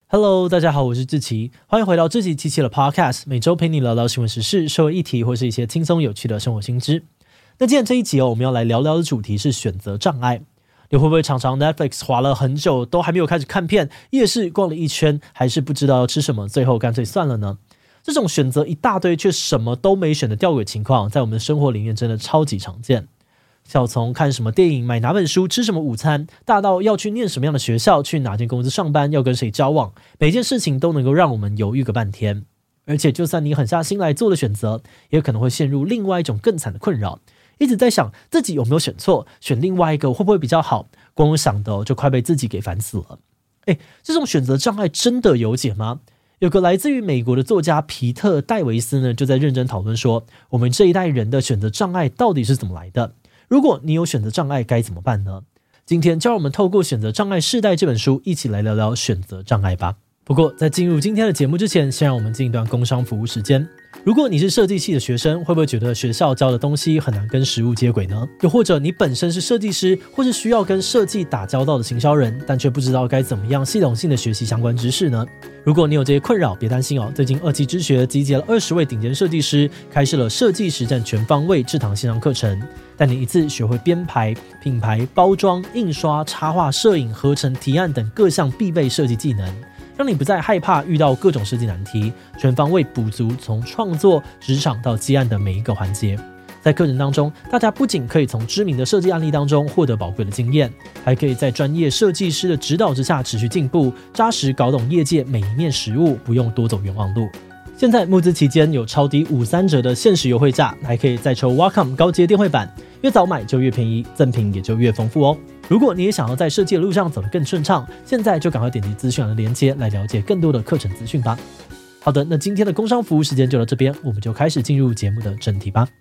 Hello， 大家好，我是志祺，欢迎回到志祺七七的 Podcast， 每周陪你聊聊新闻时事、社会议题或是一些轻松有趣的生活新知。那今天这一集我们要来聊聊的主题是选择障碍。你会不会常常 Netflix 滑了很久都还没有开始看片，夜市逛了一圈还是不知道要吃什么，最后干脆算了呢？这种选择一大堆却什么都没选的吊诡情况，在我们的生活里面真的超级常见。小从看什么电影、买哪本书、吃什么午餐，大到要去念什么样的学校、去哪间公司上班、要跟谁交往，每件事情都能够让我们犹豫个半天。而且就算你狠下心来做了选择，也可能会陷入另外一种更惨的困扰，一直在想自己有没有选错，选另外一个会不会比较好，光想的就快被自己给烦死了。这种选择障碍真的有解吗？有个来自于美国的作家皮特·戴维斯呢，就在认真讨论说，我们这一代人的选择障碍到底是怎么来的？如果你有选择障碍该怎么办呢？今天就让我们透过《选择障碍世代》这本书一起来聊聊选择障碍吧。不过在进入今天的节目之前，先让我们进一段工商服务时间。如果你是设计系的学生，会不会觉得学校教的东西很难跟实务接轨呢？又或者你本身是设计师，或是需要跟设计打交道的行销人，但却不知道该怎么样系统性的学习相关知识呢？如果你有这些困扰，别担心哦，最近二期之学集结了20位顶尖设计师，开设了设计实战全方位这堂线上课程，带你一次学会编排、品牌、包装、印刷、插画、摄影、合成、提案等各项必备设计技能，让你不再害怕遇到各种设计难题，全方位补足从创作、职场到接案的每一个环节。在课程当中，大家不仅可以从知名的设计案例当中获得宝贵的经验，还可以在专业设计师的指导之下持续进步，扎实搞懂业界每一面实务，不用多走冤枉路。现在募资期间有超低53折的限时优惠价，还可以再抽 Wacom 高阶电绘板，越早买就越便宜，赠品也就越丰富哦。如果你也想要在设计的路上走得更顺畅，现在就赶快点击资讯栏的连结来了解更多的课程资讯吧。好的，那今天的工商服务时间就到这边，我们就开始进入节目的正题吧。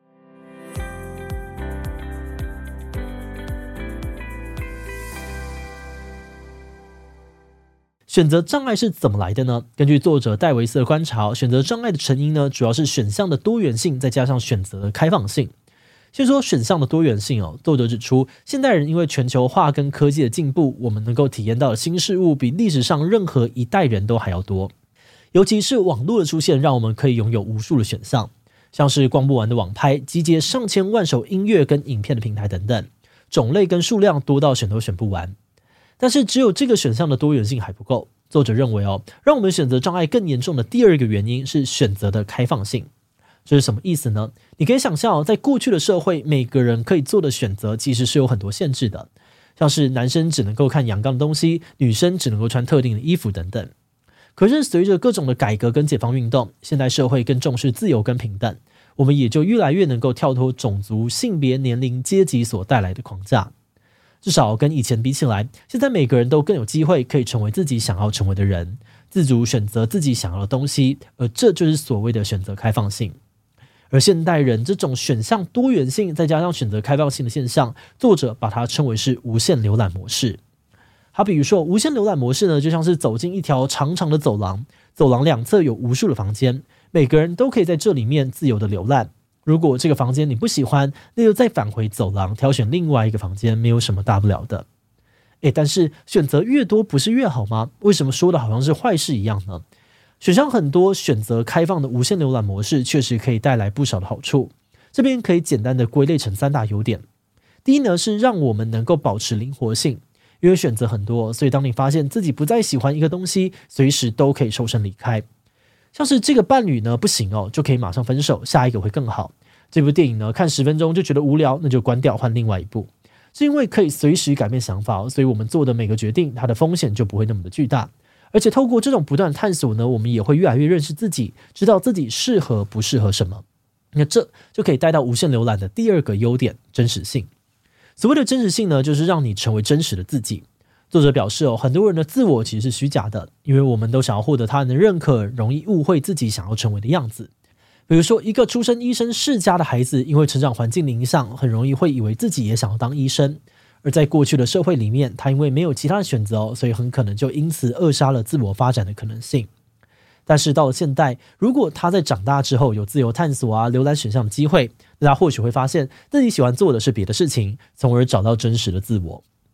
选择障碍是怎么来的呢？根据作者戴维斯的观察，选择障碍的成因呢，主要是选项的多元性，再加上选择的开放性。先说选项的多元性哦，作者指出，现代人因为全球化跟科技的进步，我们能够体验到的新事物比历史上任何一代人都还要多。尤其是网络的出现，让我们可以拥有无数的选项，像是逛不完的网拍，集结上千万首音乐跟影片的平台等等，种类跟数量多到选都选不完。但是只有这个选项的多元性还不够，作者认为让我们选择障碍更严重的第二个原因是选择的开放性。这是什么意思呢？你可以想象在过去的社会，每个人可以做的选择其实是有很多限制的，像是男生只能够看阳刚的东西，女生只能够穿特定的衣服等等。可是随着各种的改革跟解放运动，现代社会更重视自由跟平等，我们也就越来越能够跳脱种族、性别、年龄、阶级所带来的框架。至少跟以前比起来，现在每个人都更有机会可以成为自己想要成为的人，自主选择自己想要的东西，而这就是所谓的选择开放性。而现代人这种选项多元性再加上选择开放性的现象，作者把它称为是无限浏览模式。好比如说无限浏览模式呢，就像是走进一条长长的走廊，走廊两侧有无数的房间，每个人都可以在这里面自由的浏览。如果这个房间你不喜欢，那就再返回走廊挑选另外一个房间，没有什么大不了的。但是选择越多不是越好吗？为什么说的好像是坏事一样呢？选项很多，选择开放的无限浏览模式确实可以带来不少的好处。这边可以简单的归类成3大优点。第一呢，是让我们能够保持灵活性，因为选择很多，所以当你发现自己不再喜欢一个东西，随时都可以抽身离开。像是这个伴侣呢不行就可以马上分手，下一个会更好。这部电影呢看10分钟就觉得无聊，那就关掉换另外一部。是因为可以随时改变想法，所以我们做的每个决定它的风险就不会那么的巨大。而且透过这种不断的探索呢，我们也会越来越认识自己，知道自己适合不适合什么。那这就可以带到无限浏览的第二个优点，真实性。所谓的真实性呢，就是让你成为真实的自己。作者表示很多人的自我其实是虚假的，因为我们都想要获得他人的认可，容易误会自己想要成为的样子。比如说一个出身医生世家的孩子，因为成长环境的影响，很容易会以为自己也想要当医生。而在过去的社会里面，他因为没有其他的选择，所以很可能就因此扼杀了自我发展的可能性。但是到了现代，如果他在长大之后有自由探索浏览选项的机会，那他或许会发现自己喜欢做的是别的事情，从而找到真实的自我。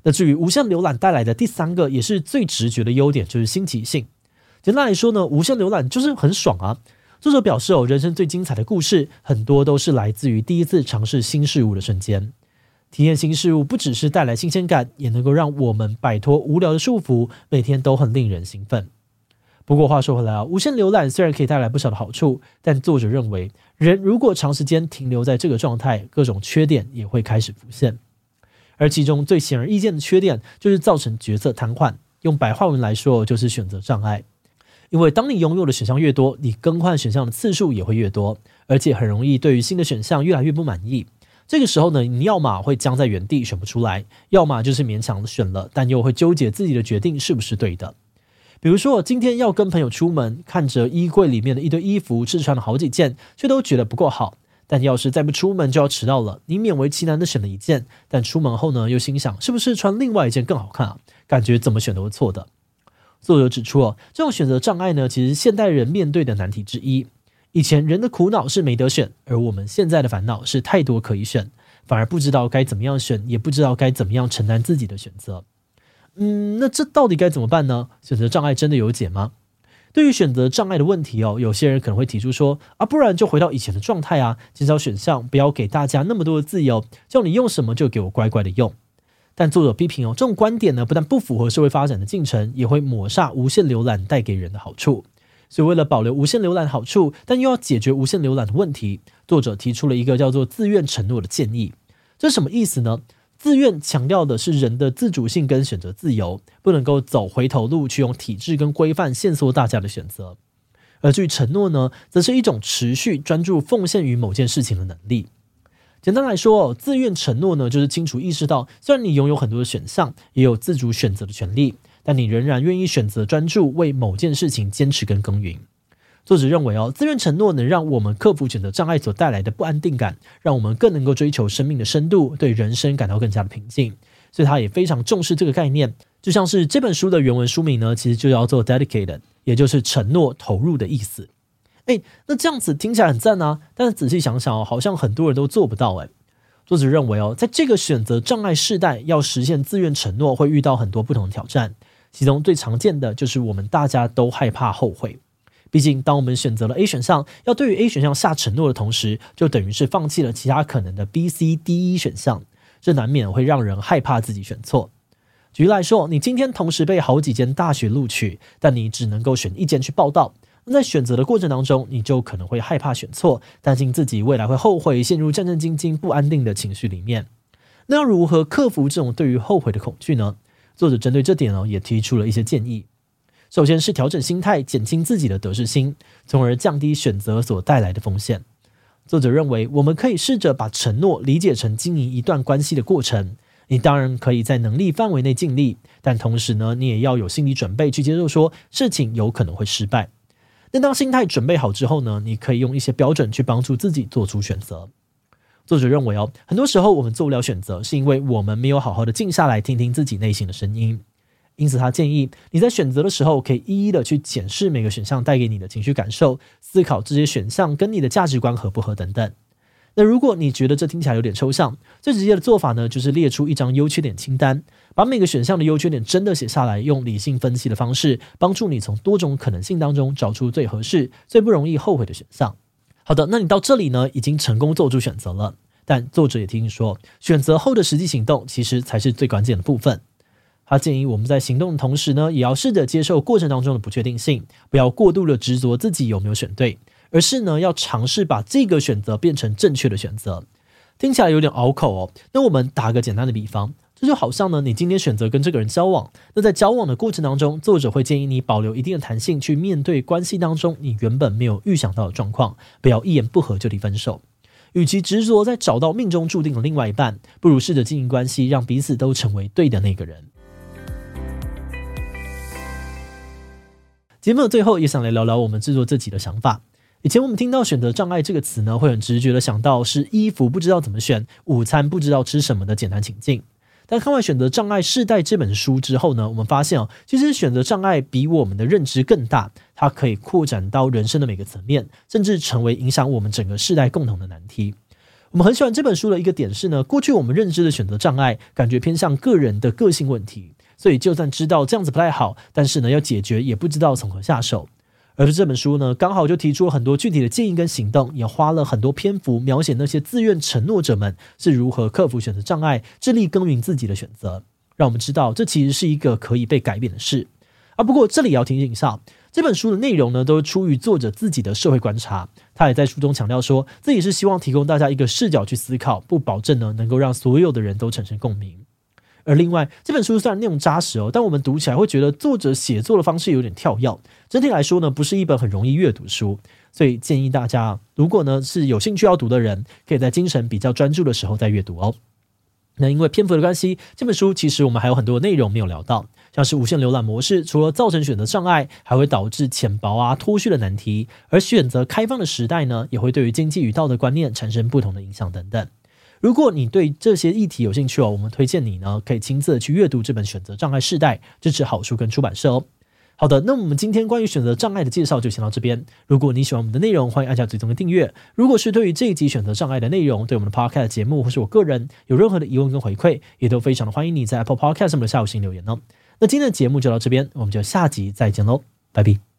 那至于无限浏览带来的第三个也是最直觉的优点，就是新奇性。简单来说呢，无限浏览就是很爽啊。作者表示人生最精彩的故事很多都是来自于第一次尝试新事物的瞬间。体验新事物不只是带来新鲜感，也能够让我们摆脱无聊的束缚，每天都很令人兴奋。不过话说回来无限浏览虽然可以带来不少的好处，但作者认为人如果长时间停留在这个状态，各种缺点也会开始浮现。而其中最显而易见的缺点就是造成决策瘫痪，用白话文来说就是选择障碍。因为当你拥有的选项越多，你更换选项的次数也会越多，而且很容易对于新的选项越来越不满意。这个时候呢，你要么会僵在原地选不出来，要么就是勉强选了，但又会纠结自己的决定是不是对的。比如说今天要跟朋友出门，看着衣柜里面的一堆衣服，试穿了好几件，却都觉得不够好。但要是再不出门就要迟到了，你勉为其难的选了一件，但出门后呢，又心想是不是穿另外一件更好看感觉怎么选都是错的。作者指出这种选择障碍呢，其实是现代人面对的难题之一。以前人的苦恼是没得选，而我们现在的烦恼是太多可以选，反而不知道该怎么样选，也不知道该怎么样承担自己的选择。那这到底该怎么办呢？选择障碍真的有解吗？对于选择障碍的问题有些人可能会提出说不然就回到以前的状态减少选项，不要给大家那么多的自由，叫你用什么就给我乖乖的用。但作者批评这种观点呢，不但不符合社会发展的进程，也会抹煞无限浏览带给人的好处。所以为了保留无限浏览好处，但又要解决无限浏览的问题，作者提出了一个叫做自愿承诺的建议。这是什么意思呢？自愿强调的是人的自主性跟选择自由，不能够走回头路去用体制跟规范限缩大家的选择。而至于承诺呢，则是一种持续专注奉献于某件事情的能力。简单来说自愿承诺呢，就是清楚意识到虽然你拥有很多的选项，也有自主选择的权利，但你仍然愿意选择专注为某件事情坚持跟耕耘。作者认为自愿承诺能让我们克服选择障碍所带来的不安定感，让我们更能够追求生命的深度，对人生感到更加的平静。所以他也非常重视这个概念，就像是这本书的原文书名呢，其实就叫做 dedicated， 也就是承诺投入的意思。那这样子听起来很赞但是仔细想想好像很多人都做不到作者认为在这个选择障碍世代，要实现自愿承诺会遇到很多不同的挑战，其中最常见的就是我们大家都害怕后悔。毕竟当我们选择了 A 选项，要对于 A 选项下承诺的同时，就等于是放弃了其他可能的 B、C、D、E 选项，这难免会让人害怕自己选错。举例来说，你今天同时被好几间大学录取，但你只能够选一间去报到，那在选择的过程当中，你就可能会害怕选错，担心自己未来会后悔，陷入战战兢兢不安定的情绪里面。那要如何克服这种对于后悔的恐惧呢？作者针对这点也提出了一些建议。首先是调整心态，减轻自己的得失心，从而降低选择所带来的风险。作者认为我们可以试着把承诺理解成经营一段关系的过程，你当然可以在能力范围内尽力，但同时呢，你也要有心理准备去接受说事情有可能会失败。那当心态准备好之后呢，你可以用一些标准去帮助自己做出选择。作者认为很多时候我们做不了选择，是因为我们没有好好的静下来听听自己内心的声音。因此他建议你在选择的时候，可以一一的去检视每个选项带给你的情绪感受，思考这些选项跟你的价值观合不合等等。那如果你觉得这听起来有点抽象，最直接的做法呢，就是列出一张优缺点清单，把每个选项的优缺点真的写下来，用理性分析的方式，帮助你从多种可能性当中找出最合适、最不容易后悔的选项。好的，那你到这里呢，已经成功做出选择了。但作者也提醒说，选择后的实际行动其实才是最关键的部分。他建议我们在行动的同时呢，也要试着接受过程当中的不确定性，不要过度的执着自己有没有选对，而是呢，要尝试把这个选择变成正确的选择。听起来有点拗口那我们打个简单的比方，这就好像呢，你今天选择跟这个人交往，那在交往的过程当中，作者会建议你保留一定的弹性，去面对关系当中你原本没有预想到的状况，不要一言不合就地分手。与其执着在找到命中注定的另外一半，不如试着经营关系，让彼此都成为对的那个人。节目的最后也想来聊聊我们制作这集的想法。以前我们听到选择障碍这个词呢，会很直觉的想到是衣服不知道怎么选，午餐不知道吃什么的简单情境。但看完《选择障碍世代》这本书之后呢，我们发现其实选择障碍比我们的认知更大，它可以扩展到人生的每个层面，甚至成为影响我们整个世代共同的难题。 我们很喜欢这本书的一个点是呢，过去我们认知的选择障碍，感觉偏向个人的个性问题，所以就算知道这样子不太好，但是呢要解决也不知道从何下手。而这本书呢，刚好就提出了很多具体的建议跟行动，也花了很多篇幅描写那些自愿承诺者们是如何克服选择障碍，致力耕耘自己的选择，让我们知道这其实是一个可以被改变的事。不过这里也要提醒一下，这本书的内容呢，都是出于作者自己的社会观察。他也在书中强调说，自己是希望提供大家一个视角去思考，不保证呢能够让所有的人都产生共鸣。而另外，这本书虽然内容扎实但我们读起来会觉得作者写作的方式有点跳跃，整体来说呢，不是一本很容易阅读的书。所以建议大家，如果呢是有兴趣要读的人，可以在精神比较专注的时候再阅读哦。那因为篇幅的关系，这本书其实我们还有很多内容没有聊到，像是无限浏览模式，除了造成选择障碍，还会导致浅薄脱序的难题，而选择开放的时代呢，也会对于经济与道德观念产生不同的影响等等。如果你对这些议题有兴趣我们推荐你呢，可以亲自去阅读这本《选择障碍世代》，支持好书跟出版社哦。好的，那我们今天关于选择障碍的介绍就先到这边。如果你喜欢我们的内容，欢迎按下追踪跟订阅。如果是对于这一集选择障碍的内容，对我们的 Podcast 节目或是我个人有任何的疑问跟回馈，也都非常的欢迎你在 Apple Podcast 上面的下午星留言哦。那今天的节目就到这边，我们就下集再见喽，拜拜。